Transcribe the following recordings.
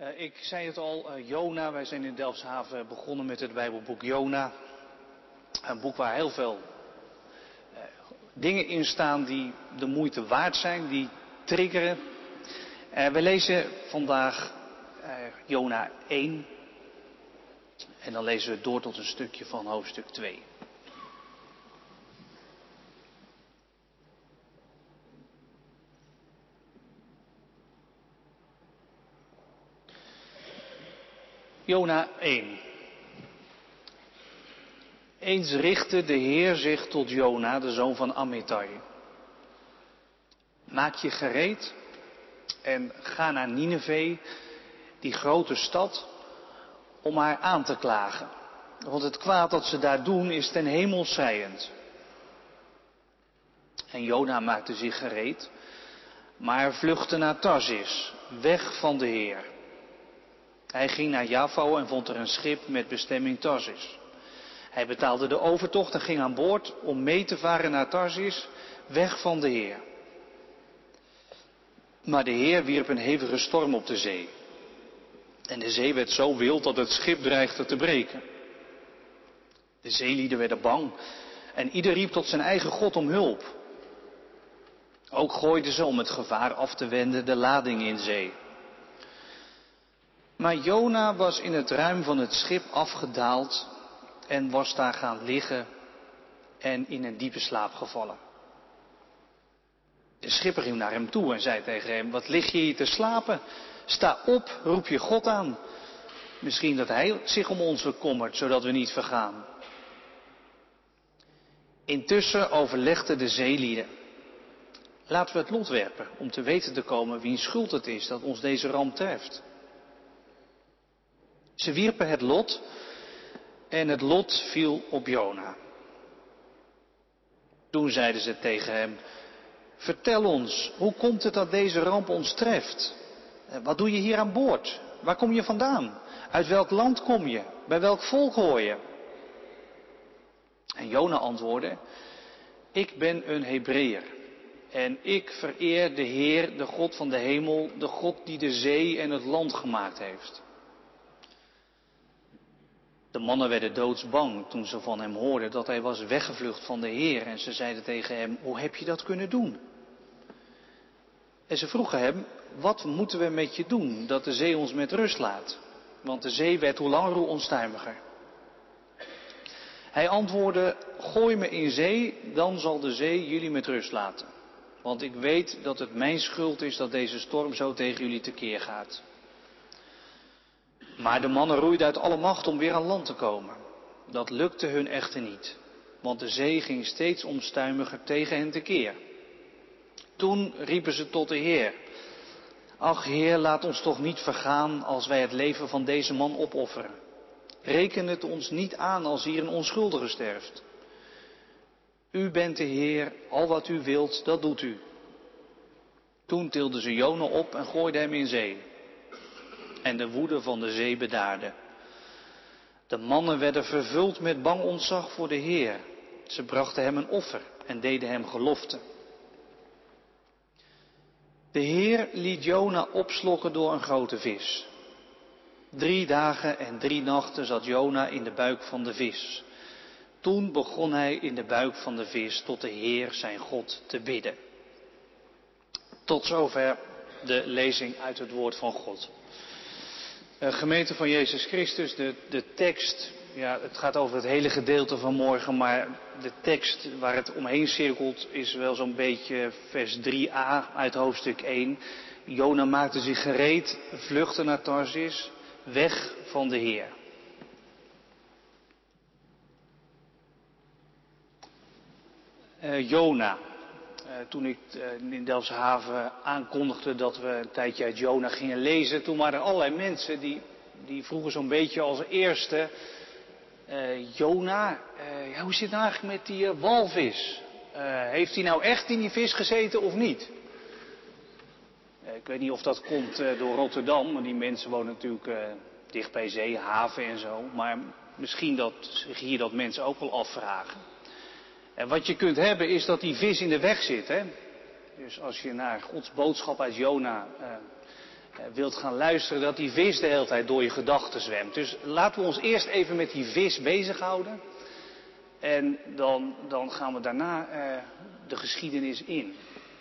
Ik zei het al, Jona. Wij zijn in Delfshaven begonnen met het Bijbelboek Jona. Een boek waar heel veel dingen in staan die de moeite waard zijn, die triggeren. We lezen vandaag Jona 1. En dan lezen we door tot een stukje van hoofdstuk 2. Jona 1. Eens richtte de Heer zich tot Jona, de zoon van Amittai. Maak je gereed en ga naar Nineve, die grote stad, om haar aan te klagen. Want het kwaad dat ze daar doen is ten hemel schreiend. En Jona maakte zich gereed, maar vluchtte naar Tarsis, weg van de Heer. Hij ging naar Jaffo en vond er een schip met bestemming Tarsis. Hij betaalde de overtocht en ging aan boord om mee te varen naar Tarsis, weg van de Heer. Maar de Heer wierp een hevige storm op de zee. En de zee werd zo wild dat het schip dreigde te breken. De zeelieden werden bang en ieder riep tot zijn eigen God om hulp. Ook gooiden ze om het gevaar af te wenden de lading in zee. Maar Jona was in het ruim van het schip afgedaald en was daar gaan liggen en in een diepe slaap gevallen. De schipper ging naar hem toe en zei tegen hem: wat lig je hier te slapen? Sta op, roep je God aan. Misschien dat hij zich om ons bekommert, zodat we niet vergaan. Intussen overlegden de zeelieden: laten we het lot werpen om te weten te komen wiens schuld het is dat ons deze ramp treft. Ze wierpen het lot en het lot viel op Jona. Toen zeiden ze tegen hem: vertel ons, hoe komt het dat deze ramp ons treft? Wat doe je hier aan boord? Waar kom je vandaan? Uit welk land kom je? Bij welk volk hoor je? En Jona antwoordde: ik ben een Hebreeër. En ik vereer de Heer, de God van de hemel, de God die de zee en het land gemaakt heeft. De mannen werden doodsbang toen ze van hem hoorden dat hij was weggevlucht van de Heer. En ze zeiden tegen hem: hoe heb je dat kunnen doen? En ze vroegen hem: wat moeten we met je doen, dat de zee ons met rust laat? Want de zee werd hoe langer hoe onstuimiger. Hij antwoordde: gooi me in zee, dan zal de zee jullie met rust laten. Want ik weet dat het mijn schuld is dat deze storm zo tegen jullie tekeer gaat. Maar de mannen roeiden uit alle macht om weer aan land te komen. Dat lukte hun echter niet, want de zee ging steeds onstuimiger tegen hen tekeer. Toen riepen ze tot de Heer: ach Heer, laat ons toch niet vergaan als wij het leven van deze man opofferen. Reken het ons niet aan als hier een onschuldige sterft. U bent de Heer, al wat u wilt, dat doet u. Toen tilden ze Jona op en gooiden hem in zee. En de woede van de zee bedaarde. De mannen werden vervuld met bang ontzag voor de Heer. Ze brachten hem een offer en deden hem gelofte. De Heer liet Jona opslokken door een grote vis. 3 dagen en 3 nachten zat Jona in de buik van de vis. Toen begon hij in de buik van de vis tot de Heer zijn God te bidden. Tot zover de lezing uit het woord van God. Gemeente van Jezus Christus, de tekst, ja, het gaat over het hele gedeelte van morgen, maar de tekst waar het omheen cirkelt is wel zo'n beetje vers 3a uit hoofdstuk 1. Jona maakte zich gereed, vluchtte naar Tarsis, weg van de Heer. Jona. Toen ik in Delfshaven aankondigde dat we een tijdje uit Jona gingen lezen, toen waren er allerlei mensen die vroegen zo'n beetje als eerste: Jona, hoe zit het nou eigenlijk met die walvis? Heeft hij nou echt in die vis gezeten of niet? Ik weet niet of dat komt door Rotterdam, want die mensen wonen natuurlijk dicht bij zee, haven en zo. Maar misschien dat zich hier dat mensen ook wel afvragen. En wat je kunt hebben is dat die vis in de weg zit. Hè? Dus als je naar Gods boodschap uit Jona wilt gaan luisteren, dat die vis de hele tijd door je gedachten zwemt. Dus laten we ons eerst even met die vis bezighouden. En dan gaan we daarna de geschiedenis in.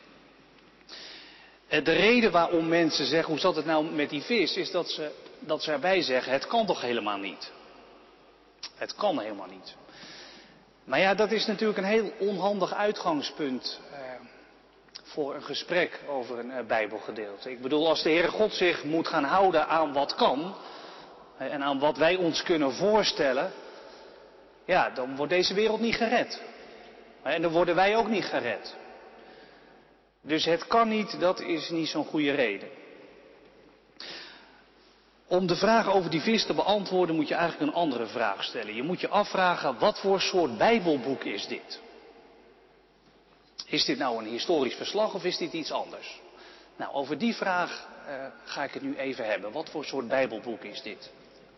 De reden waarom mensen zeggen, hoe zat het nou met die vis, is dat ze erbij zeggen, het kan toch helemaal niet. Het kan helemaal niet. Maar ja, dat is natuurlijk een heel onhandig uitgangspunt voor een gesprek over een Bijbelgedeelte. Ik bedoel, als de Heere God zich moet gaan houden aan wat kan en aan wat wij ons kunnen voorstellen, ja, dan wordt deze wereld niet gered. En dan worden wij ook niet gered. Dus het kan niet, dat is niet zo'n goede reden. Om de vraag over die vis te beantwoorden moet je eigenlijk een andere vraag stellen. Je moet je afvragen, wat voor soort Bijbelboek is dit? Is dit nou een historisch verslag of is dit iets anders? Nou, over die vraag ga ik het nu even hebben. Wat voor soort Bijbelboek is dit?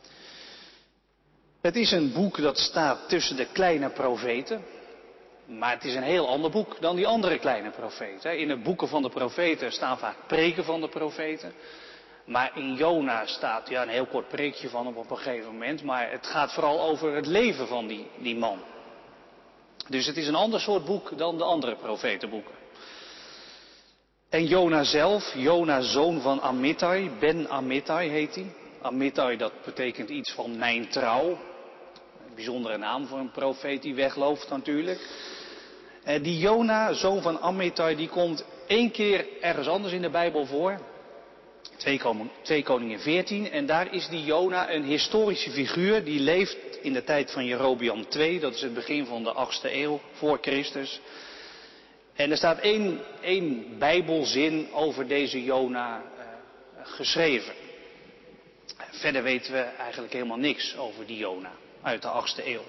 Het is een boek dat staat tussen de kleine profeten. Maar het is een heel ander boek dan die andere kleine profeten. In de boeken van de profeten staan vaak preken van de profeten. Maar in Jona staat een heel kort preekje van hem op een gegeven moment. Maar het gaat vooral over het leven van die man. Dus het is een ander soort boek dan de andere profetenboeken. En Jona zelf, Jona zoon van Amittai, Ben Amittai heet hij. Amittai, dat betekent iets van mijn trouw. Een bijzondere naam voor een profeet die wegloopt natuurlijk. Die Jona, zoon van Amittai, die komt 1 keer ergens anders in de Bijbel voor. 2 Koningen 14. En daar is die Jona een historische figuur. Die leeft in de tijd van Jerobeam II. Dat is het begin van de 8e eeuw voor Christus. En er staat één Bijbelzin over deze Jona geschreven. Verder weten we eigenlijk helemaal niks over die Jona uit de 8e eeuw.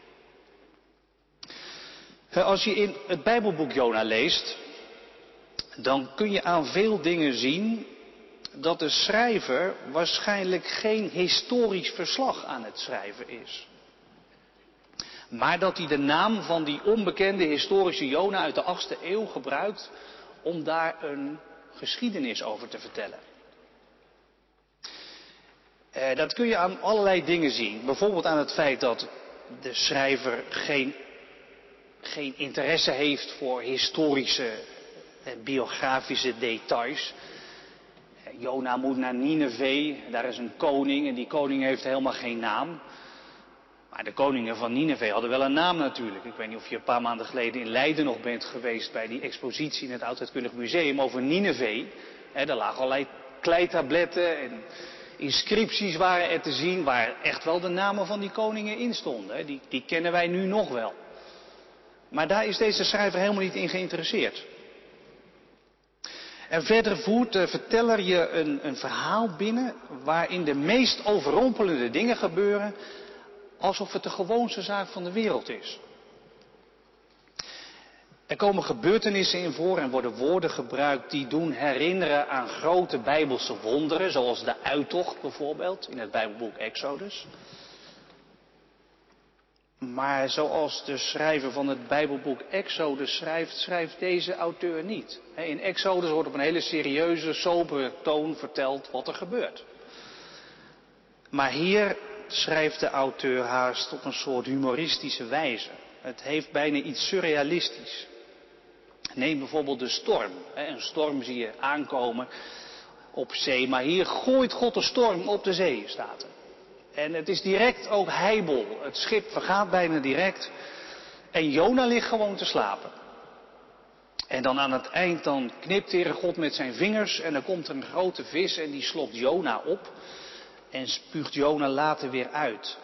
Als je in het Bijbelboek Jona leest, dan kun je aan veel dingen zien dat de schrijver waarschijnlijk geen historisch verslag aan het schrijven is. Maar dat hij de naam van die onbekende historische Jona uit de 8e eeuw gebruikt om daar een geschiedenis over te vertellen. Dat kun je aan allerlei dingen zien. Bijvoorbeeld aan het feit dat de schrijver geen interesse heeft voor historische en biografische details. Jona moet naar Nineve, daar is een koning en die koning heeft helemaal geen naam. Maar de koningen van Nineve hadden wel een naam natuurlijk. Ik weet niet of je een paar maanden geleden in Leiden nog bent geweest bij die expositie in het Oudheidkundig Museum over Nineve. Daar lagen allerlei kleitabletten en inscripties waren er te zien waar echt wel de namen van die koningen in stonden. Die kennen wij nu nog wel. Maar daar is deze schrijver helemaal niet in geïnteresseerd. En verder voert de verteller je een verhaal binnen waarin de meest overrompelende dingen gebeuren, alsof het de gewoonste zaak van de wereld is. Er komen gebeurtenissen in voor en worden woorden gebruikt die doen herinneren aan grote Bijbelse wonderen, zoals de uittocht bijvoorbeeld in het Bijbelboek Exodus. Maar zoals de schrijver van het Bijbelboek Exodus schrijft deze auteur niet. In Exodus wordt op een hele serieuze, sobere toon verteld wat er gebeurt. Maar hier schrijft de auteur haast op een soort humoristische wijze. Het heeft bijna iets surrealistisch. Neem bijvoorbeeld de storm. Een storm zie je aankomen op zee, maar hier gooit God de storm op de zee, staat er. En het is direct ook heibel. Het schip vergaat bijna direct. En Jona ligt gewoon te slapen. En dan aan het eind dan knipt de Heere God met zijn vingers en dan komt er een grote vis en die slokt Jona op. En spuugt Jona later weer uit.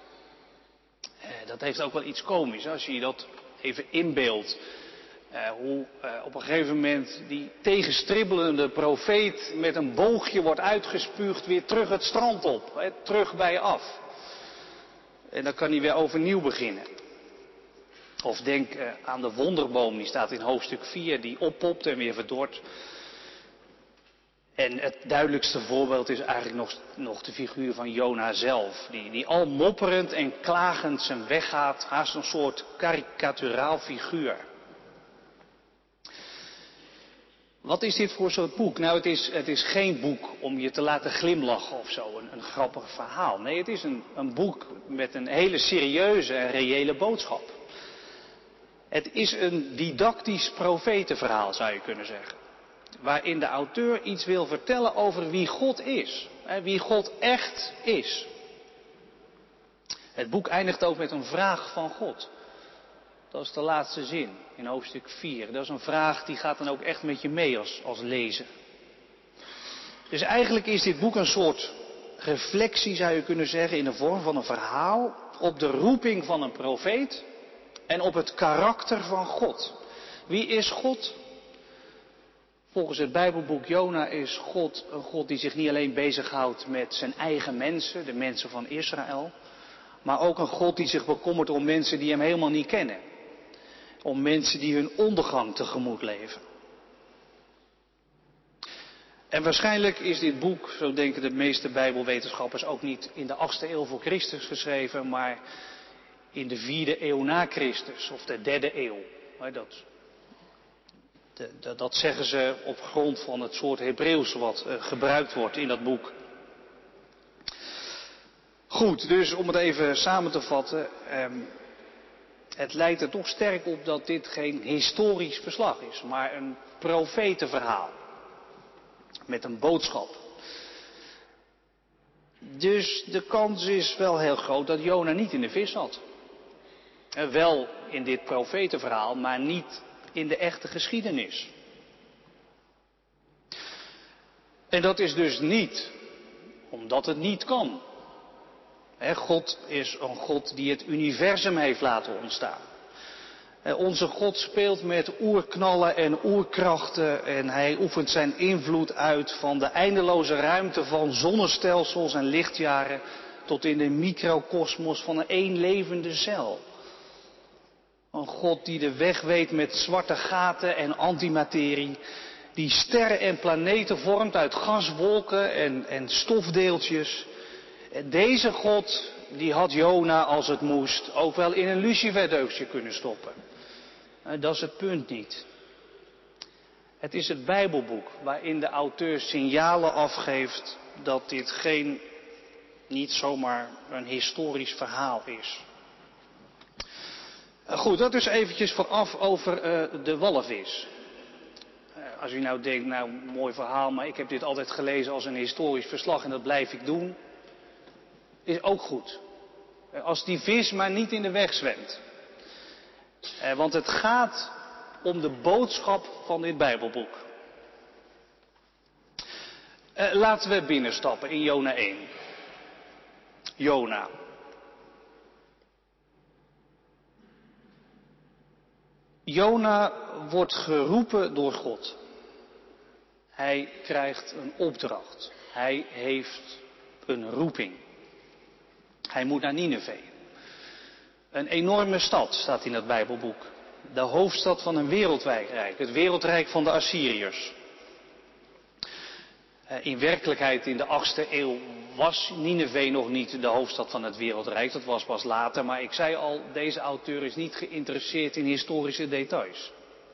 Dat heeft ook wel iets komisch als je je dat even inbeeldt. Hoe op een gegeven moment die tegenstribbelende profeet met een boogje wordt uitgespuugd weer terug het strand op. Terug bij je af. En dan kan hij weer overnieuw beginnen. Of denk aan de wonderboom, die staat in hoofdstuk 4, die oppopt en weer verdort. En het duidelijkste voorbeeld is eigenlijk nog de figuur van Jona zelf. Die al mopperend en klagend zijn weg gaat, haast een soort karikaturaal figuur. Wat is dit voor soort boek? Nou, het is geen boek om je te laten glimlachen of zo, een grappig verhaal. Nee, het is een boek met een hele serieuze en reële boodschap. Het is een didactisch profetenverhaal, zou je kunnen zeggen. Waarin de auteur iets wil vertellen over wie God is. Wie God echt is. Het boek eindigt ook met een vraag van God. Dat is de laatste zin in hoofdstuk 4. Dat is een vraag die gaat dan ook echt met je mee als lezer. Dus eigenlijk is dit boek een soort reflectie, zou je kunnen zeggen, in de vorm van een verhaal op de roeping van een profeet en op het karakter van God. Wie is God? Volgens het Bijbelboek Jona is God een God die zich niet alleen bezighoudt met zijn eigen mensen, de mensen van Israël, maar ook een God die zich bekommert om mensen die hem helemaal niet kennen. Om mensen die hun ondergang tegemoet leven. En waarschijnlijk is dit boek, zo denken de meeste Bijbelwetenschappers, ook niet in de 8e eeuw voor Christus geschreven, maar in de 4e eeuw na Christus, of de 3e eeuw. Dat zeggen ze op grond van het soort Hebreeuws wat gebruikt wordt in dat boek. Goed, dus om het even samen te vatten. Het lijkt er toch sterk op dat dit geen historisch verslag is, maar een profetenverhaal. Met een boodschap. Dus de kans is wel heel groot dat Jona niet in de vis zat. Wel in dit profetenverhaal, maar niet in de echte geschiedenis. En dat is dus niet omdat het niet kan. God is een God die het universum heeft laten ontstaan. Onze God speelt met oerknallen en oerkrachten en hij oefent zijn invloed uit van de eindeloze ruimte van zonnestelsels en lichtjaren tot in de microkosmos van één levende cel. Een God die de weg weet met zwarte gaten en antimaterie, die sterren en planeten vormt uit gaswolken en stofdeeltjes. En deze God, die had Jona als het moest ook wel in een luciferdoosje kunnen stoppen. Dat is het punt niet. Het is het Bijbelboek waarin de auteur signalen afgeeft dat dit niet zomaar een historisch verhaal is. Goed, dat dus eventjes vooraf over de walvis. Als u nou denkt, nou mooi verhaal, maar ik heb dit altijd gelezen als een historisch verslag en dat blijf ik doen. Is ook goed. Als die vis maar niet in de weg zwemt. Want het gaat om de boodschap van dit Bijbelboek. Laten we binnenstappen in Jona 1. Jona. Jona wordt geroepen door God. Hij krijgt een opdracht. Hij heeft een roeping. Hij moet naar Nineve. Een enorme stad staat in het Bijbelboek. De hoofdstad van een wereldwijd rijk. Het wereldrijk van de Assyriërs. In werkelijkheid in de 8e eeuw was Nineve nog niet de hoofdstad van het wereldrijk. Dat was pas later. Maar ik zei al, deze auteur is niet geïnteresseerd in historische details.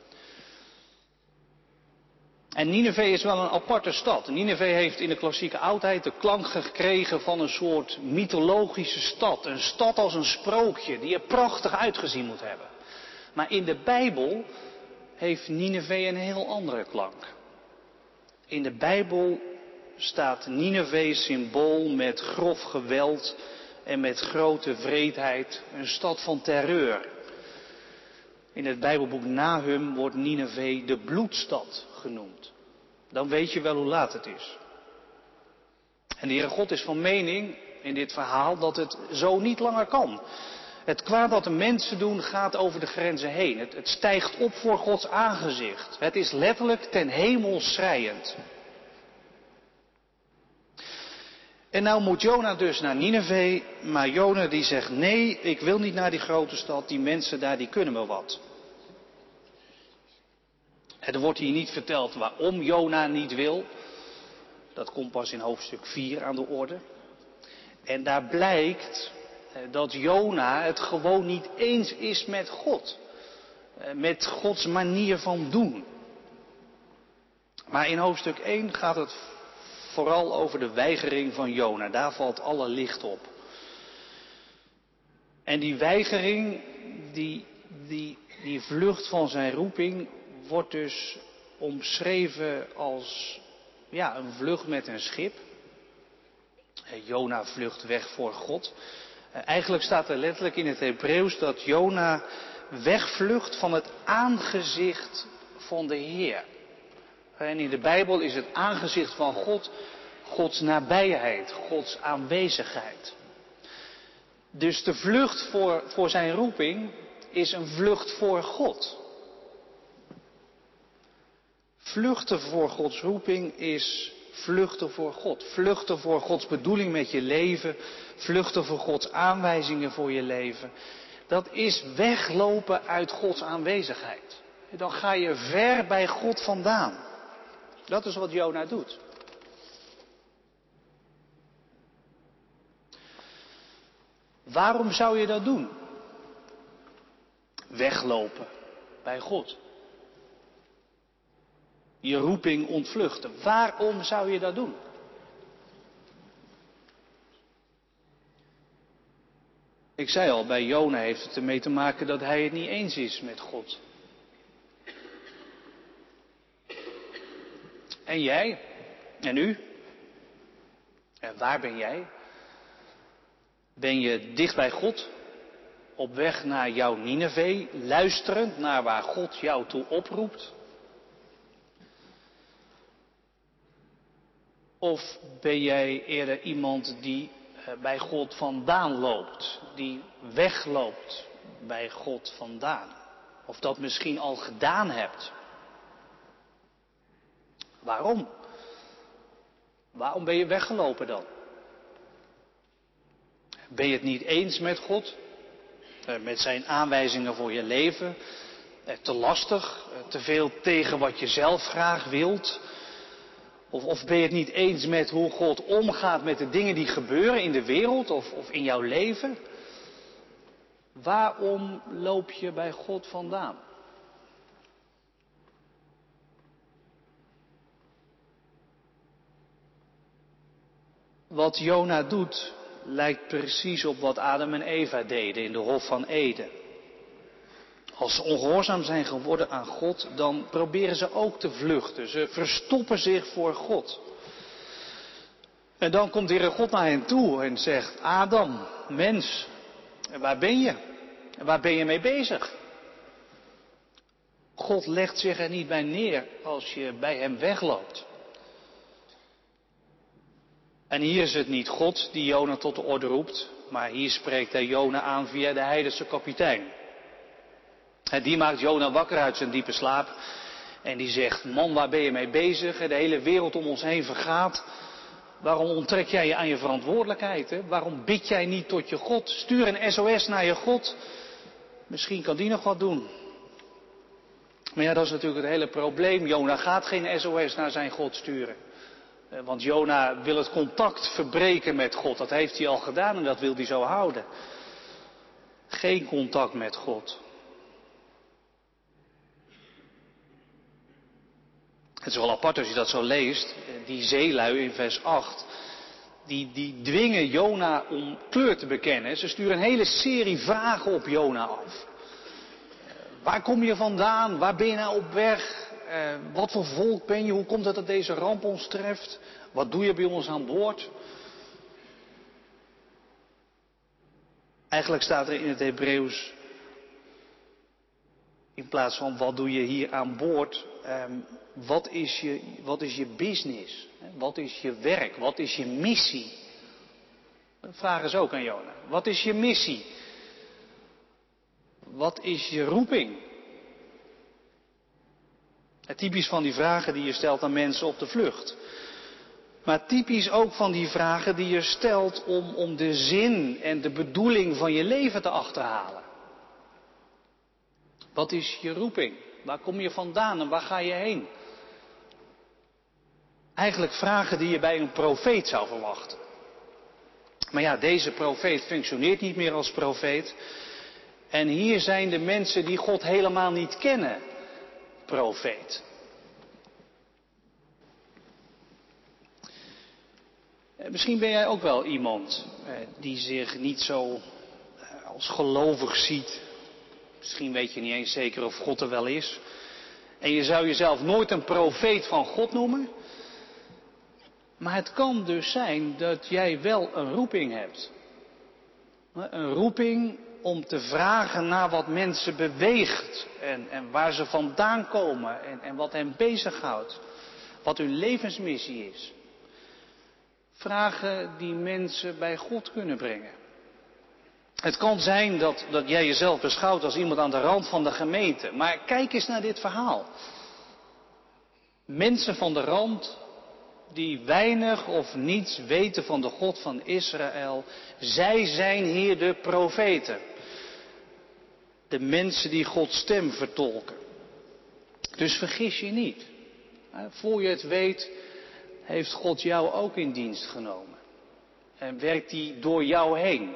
En Nineve is wel een aparte stad. Nineve heeft in de klassieke oudheid de klank gekregen van een soort mythologische stad. Een stad als een sprookje die er prachtig uitgezien moet hebben. Maar in de Bijbel heeft Nineve een heel andere klank. In de Bijbel staat Nineve symbool met grof geweld en met grote wreedheid. Een stad van terreur. In het Bijbelboek Nahum wordt Nineve de bloedstad genoemd. Dan weet je wel hoe laat het is. En de Heere God is van mening in dit verhaal dat het zo niet langer kan. Het kwaad dat de mensen doen gaat over de grenzen heen. Het stijgt op voor Gods aangezicht. Het is letterlijk ten hemel schreiend. En nou moet Jona dus naar Nineve, maar Jona die zegt nee, ik wil niet naar die grote stad, die mensen daar die kunnen me wat. Er wordt hier niet verteld waarom Jona niet wil. Dat komt pas in hoofdstuk 4 aan de orde. En daar blijkt dat Jona het gewoon niet eens is met God. Met Gods manier van doen. Maar in hoofdstuk 1 gaat het vooral over de weigering van Jona. Daar valt alle licht op. En die weigering, die vlucht van zijn roeping, wordt dus omschreven als een vlucht met een schip. Jona vlucht weg voor God. Eigenlijk staat er letterlijk in het Hebreeuws dat Jona wegvlucht van het aangezicht van de Heer. En in de Bijbel is het aangezicht van God Gods nabijheid, Gods aanwezigheid. Dus de vlucht voor zijn roeping is een vlucht voor God. Vluchten voor Gods roeping is vluchten voor God. Vluchten voor Gods bedoeling met je leven. Vluchten voor Gods aanwijzingen voor je leven. Dat is weglopen uit Gods aanwezigheid. Dan ga je ver bij God vandaan. Dat is wat Jona doet. Waarom zou je dat doen? Weglopen bij God. Je roeping ontvluchten. Waarom zou je dat doen? Ik zei al, bij Jona heeft het ermee te maken dat hij het niet eens is met God. En jij? En u? En waar ben jij? Ben je dicht bij God? Op weg naar jouw Nineve, luisterend naar waar God jou toe oproept? Of ben jij eerder iemand die bij God vandaan loopt, die wegloopt bij God vandaan? Of dat misschien al gedaan hebt? Waarom? Waarom ben je weggelopen dan? Ben je het niet eens met God? Met zijn aanwijzingen voor je leven? Te lastig? Te veel tegen wat je zelf graag wilt? Of ben je het niet eens met hoe God omgaat met de dingen die gebeuren in de wereld of in jouw leven? Waarom loop je bij God vandaan? Wat Jona doet lijkt precies op wat Adam en Eva deden in de Hof van Eden. Als ze ongehoorzaam zijn geworden aan God, dan proberen ze ook te vluchten. Ze verstoppen zich voor God. En dan komt de Heere God naar hen toe en zegt: Adam, mens, waar ben je? Waar ben je mee bezig? God legt zich er niet bij neer als je bij hem wegloopt. En hier is het niet God die Jona tot de orde roept, maar hier spreekt hij Jona aan via de heidense kapitein. En die maakt Jona wakker uit zijn diepe slaap en die zegt: man, waar ben je mee bezig? De hele wereld om ons heen vergaat. Waarom onttrek jij je aan je verantwoordelijkheid? Hè? Waarom bid jij niet tot je God? Stuur een SOS naar je God. Misschien kan die nog wat doen. Maar ja, dat is natuurlijk het hele probleem. Jona gaat geen SOS naar zijn God sturen. Want Jona wil het contact verbreken met God. Dat heeft hij al gedaan en dat wil hij zo houden. Geen contact met God. Het is wel apart als je dat zo leest. Die zeelui in vers 8. Die dwingen Jona om kleur te bekennen. Ze sturen een hele serie vragen op Jona af. Waar kom je vandaan? Waar ben je nou op weg? Wat voor volk ben je? Hoe komt het dat deze ramp ons treft? Wat doe je bij ons aan boord? Eigenlijk staat er in het Hebreeuws, in plaats van wat doe je hier aan boord, wat is je business? Wat is je werk? Wat is je missie? Dat vragen ze ook aan Jona. Wat is je missie? Wat is je roeping? Typisch van die vragen die je stelt aan mensen op de vlucht. Maar typisch ook van die vragen die je stelt om de zin en de bedoeling van je leven te achterhalen. Wat is je roeping? Waar kom je vandaan en waar ga je heen? Eigenlijk vragen die je bij een profeet zou verwachten. Maar ja, deze profeet functioneert niet meer als profeet. En hier zijn de mensen die God helemaal niet kennen, profeet. Misschien ben jij ook wel iemand die zich niet zo als gelovig ziet. Misschien weet je niet eens zeker of God er wel is. En je zou jezelf nooit een profeet van God noemen. Maar het kan dus zijn dat jij wel een roeping hebt. Een roeping om te vragen naar wat mensen beweegt. En waar ze vandaan komen. En wat hen bezighoudt. Wat hun levensmissie is. Vragen die mensen bij God kunnen brengen. Het kan zijn dat jij jezelf beschouwt als iemand aan de rand van de gemeente. Maar kijk eens naar dit verhaal. Mensen van de rand die weinig of niets weten van de God van Israël. Zij zijn hier de profeten. De mensen die Gods stem vertolken. Dus vergis je niet. Voor je het weet heeft God jou ook in dienst genomen. En werkt hij door jou heen.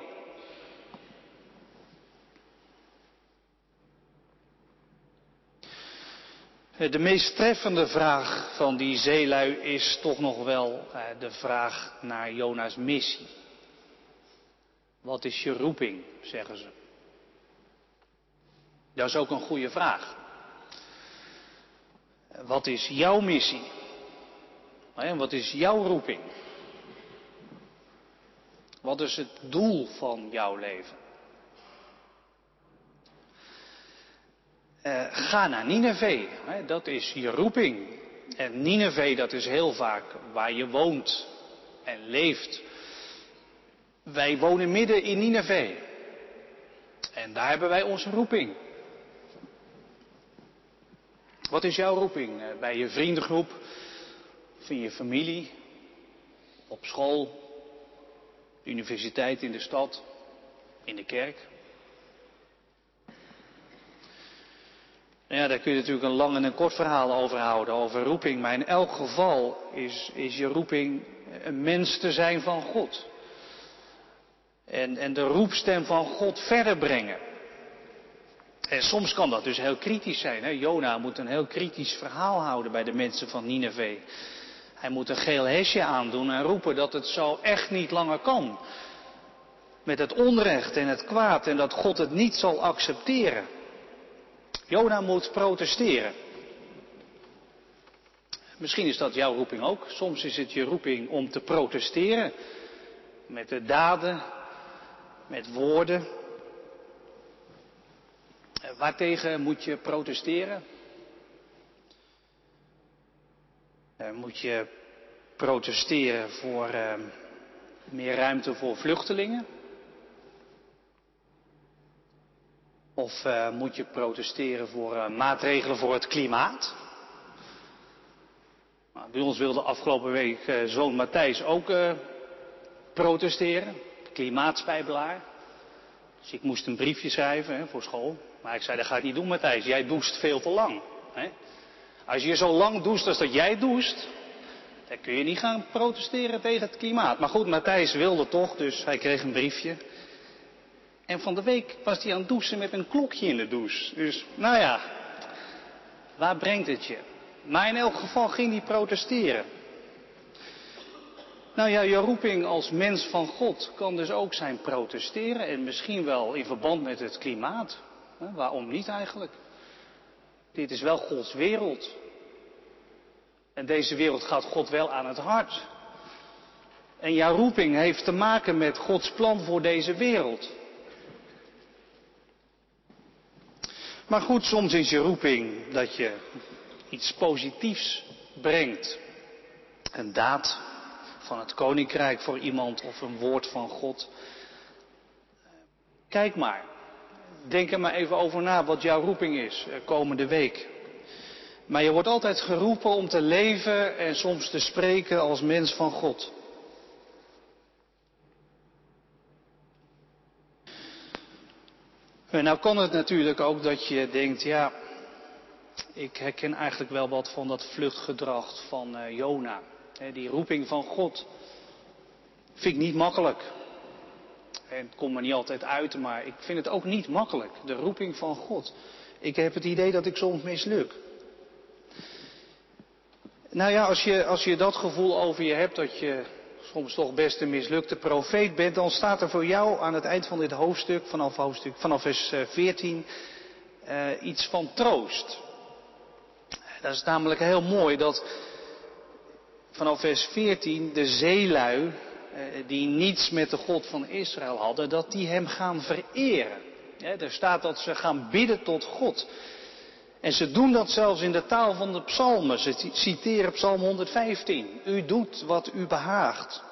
De meest treffende vraag van die zeelui is toch nog wel de vraag naar Jona's missie. Wat is je roeping, zeggen ze. Dat is ook een goede vraag. Wat is jouw missie? Wat is jouw roeping? Wat is het doel van jouw leven? Ga naar Nineve, dat is je roeping. En Nineve, dat is heel vaak waar je woont en leeft. Wij wonen midden in Nineve. En daar hebben wij onze roeping. Wat is jouw roeping? Bij je vriendengroep, of in je familie, op school, de universiteit in de stad, in de kerk. Ja, daar kun je natuurlijk een lang en een kort verhaal over houden, over roeping. Maar in elk geval is je roeping een mens te zijn van God. En de roepstem van God verder brengen. En soms kan dat dus heel kritisch zijn. Hè? Jona moet een heel kritisch verhaal houden bij de mensen van Nineve. Hij moet een geel hesje aandoen en roepen dat het zo echt niet langer kan. Met het onrecht en het kwaad en dat God het niet zal accepteren. Jona moet protesteren. Misschien is dat jouw roeping ook. Soms is het je roeping om te protesteren. Met de daden, met woorden. Waartegen moet je protesteren? Moet je protesteren voor meer ruimte voor vluchtelingen? Of moet je protesteren voor maatregelen voor het klimaat? Nou, bij ons wilde afgelopen week zoon Matthijs ook protesteren. Klimaatspijbelaar. Dus ik moest een briefje schrijven voor school. Maar ik zei, dat ga ik niet doen, Matthijs. Jij doucht veel te lang. Hè? Als je zo lang doucht als dat jij doucht, dan kun je niet gaan protesteren tegen het klimaat. Maar goed, Matthijs wilde toch, dus hij kreeg een briefje. En van de week was hij aan het douchen met een klokje in de douche. Dus, nou ja, waar brengt het je? Maar in elk geval ging hij protesteren. Nou ja, je roeping als mens van God kan dus ook zijn protesteren. En misschien wel in verband met het klimaat. Waarom niet eigenlijk? Dit is wel Gods wereld. En deze wereld gaat God wel aan het hart. En jouw roeping heeft te maken met Gods plan voor deze wereld. Maar goed, soms is je roeping dat je iets positiefs brengt. Een daad van het koninkrijk voor iemand of een woord van God. Kijk maar. Denk er maar even over na wat jouw roeping is komende week. Maar je wordt altijd geroepen om te leven en soms te spreken als mens van God. En nou kan het natuurlijk ook dat je denkt, ja, ik herken eigenlijk wel wat van dat vluchtgedrag van Jona. Die roeping van God vind ik niet makkelijk. En het komt me niet altijd uit, maar ik vind het ook niet makkelijk. De roeping van God. Ik heb het idee dat ik soms misluk. Nou ja, als je dat gevoel over je hebt, dat je soms toch best een mislukte profeet bent, dan staat er voor jou aan het eind van dit hoofdstuk, vanaf vers 14, iets van troost. Dat is namelijk heel mooi dat vanaf vers 14 de zeelui, die niets met de God van Israël hadden, dat die hem gaan vereren. Er staat dat ze gaan bidden tot God. En ze doen dat zelfs in de taal van de psalmen. Ze citeren psalm 115. U doet wat u behaagt.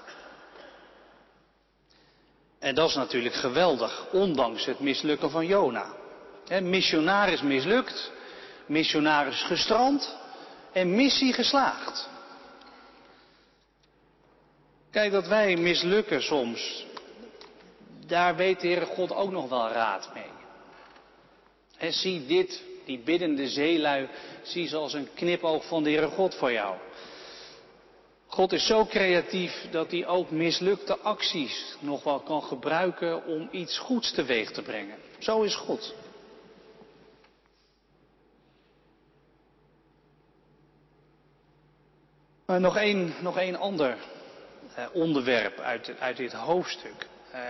En dat is natuurlijk geweldig, ondanks het mislukken van Jona. Missionaris mislukt, missionaris gestrand en missie geslaagd. Kijk, dat wij mislukken soms, daar weet de Heere God ook nog wel raad mee. En zie dit, die biddende zeelui, zie ze als een knipoog van de Heere God voor jou. God is zo creatief dat hij ook mislukte acties nog wel kan gebruiken om iets goeds teweeg te brengen. Zo is God. Maar nog één ander onderwerp uit dit hoofdstuk.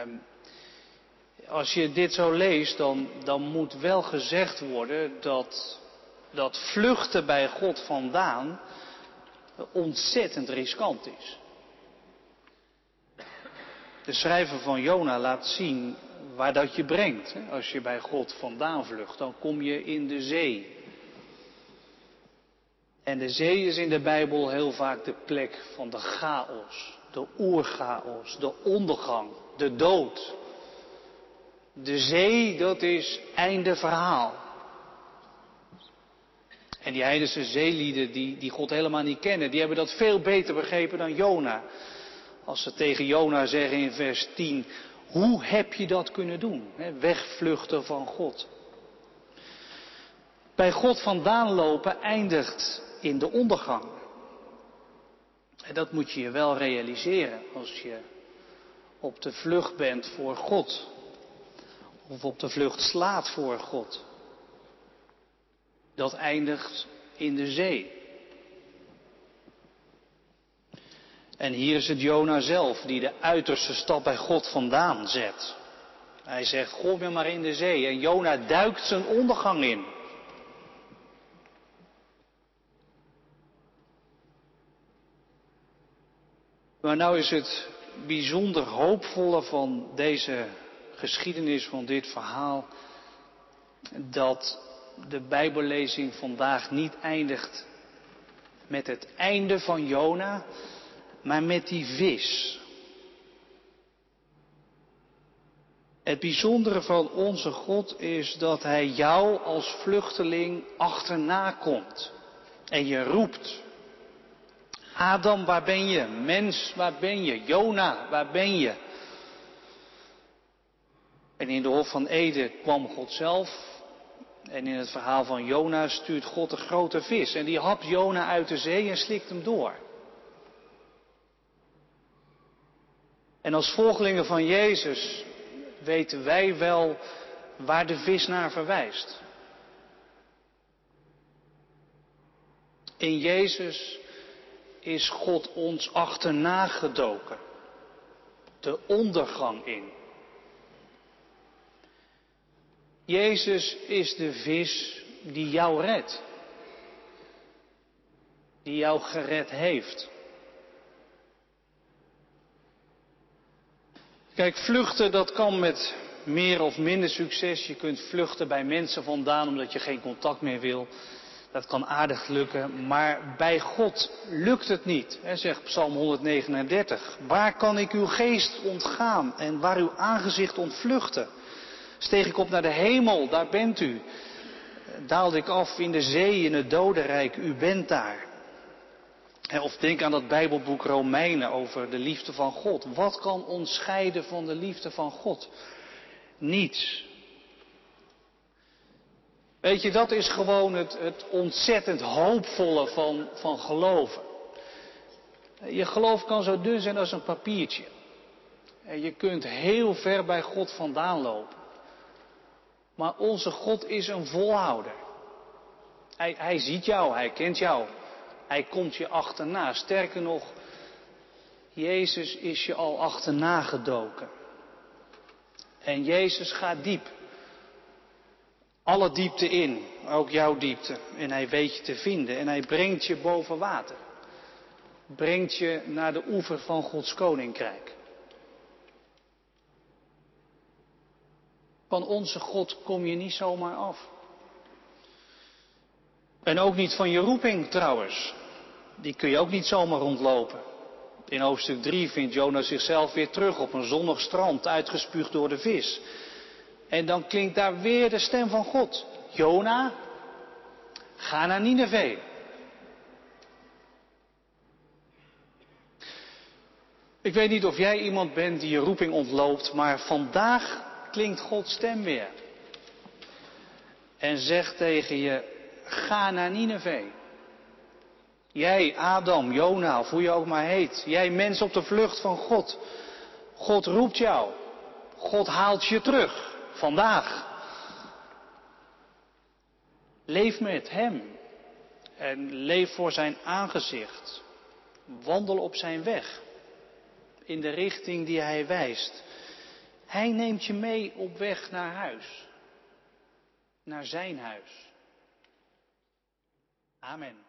Als je dit zo leest, dan moet wel gezegd worden dat vluchten bij God vandaan ontzettend riskant is. De schrijver van Jona laat zien waar dat je brengt. Als je bij God vandaan vlucht, dan kom je in de zee. En de zee is in de Bijbel heel vaak de plek van de chaos, de oerchaos, de ondergang, de dood. De zee, dat is einde verhaal. En die heidense zeelieden die God helemaal niet kennen, die hebben dat veel beter begrepen dan Jona. Als ze tegen Jona zeggen in vers 10, hoe heb je dat kunnen doen? Wegvluchten van God. Bij God vandaan lopen eindigt in de ondergang. En dat moet je je wel realiseren als je op de vlucht bent voor God. Of op de vlucht slaat voor God. Dat eindigt in de zee. En hier is het Jona zelf die de uiterste stap bij God vandaan zet. Hij zegt, gooi me maar in de zee. En Jona duikt zijn ondergang in. Maar nou is het bijzonder hoopvolle van deze geschiedenis, van dit verhaal, dat de Bijbellezing vandaag niet eindigt met het einde van Jona, maar met die vis. Het bijzondere van onze God is dat Hij jou als vluchteling achterna komt en je roept. Adam, waar ben je? Mens, waar ben je? Jona, waar ben je? En in de Hof van Eden kwam God zelf. En in het verhaal van Jona stuurt God een grote vis. En die hapt Jona uit de zee en slikt hem door. En als volgelingen van Jezus weten wij wel waar de vis naar verwijst. In Jezus is God ons achterna gedoken. De ondergang in. Jezus is de vis die jou redt. Die jou gered heeft. Kijk, vluchten dat kan met meer of minder succes. Je kunt vluchten bij mensen vandaan omdat je geen contact meer wil. Dat kan aardig lukken, maar bij God lukt het niet, zegt Psalm 139. Waar kan ik uw geest ontgaan en waar uw aangezicht ontvluchten? Steeg ik op naar de hemel, daar bent u. Daalde ik af in de zee, in het dodenrijk, u bent daar. Of denk aan dat Bijbelboek Romeinen over de liefde van God. Wat kan ons scheiden van de liefde van God? Niets. Weet je, dat is gewoon het ontzettend hoopvolle van geloven. Je geloof kan zo dun zijn als een papiertje. En je kunt heel ver bij God vandaan lopen. Maar onze God is een volhouder. Hij ziet jou, hij kent jou. Hij komt je achterna. Sterker nog, Jezus is je al achterna gedoken. En Jezus gaat diep. Alle diepte in, ook jouw diepte. En hij weet je te vinden en hij brengt je boven water. Brengt je naar de oever van Gods koninkrijk. Van onze God kom je niet zomaar af. En ook niet van je roeping trouwens. Die kun je ook niet zomaar rondlopen. In hoofdstuk 3 vindt Jona zichzelf weer terug op een zonnig strand, uitgespuugd door de vis. En dan klinkt daar weer de stem van God. Jona, ga naar Nineve. Ik weet niet of jij iemand bent die je roeping ontloopt, maar vandaag klinkt Gods stem weer. En zegt tegen je, ga naar Nineve. Jij, Adam, Jona, of hoe je ook maar heet. Jij mens op de vlucht van God. God roept jou. God haalt je terug. Vandaag. Leef met hem. En leef voor zijn aangezicht. Wandel op zijn weg. In de richting die hij wijst. Hij neemt je mee op weg naar huis. Naar zijn huis. Amen.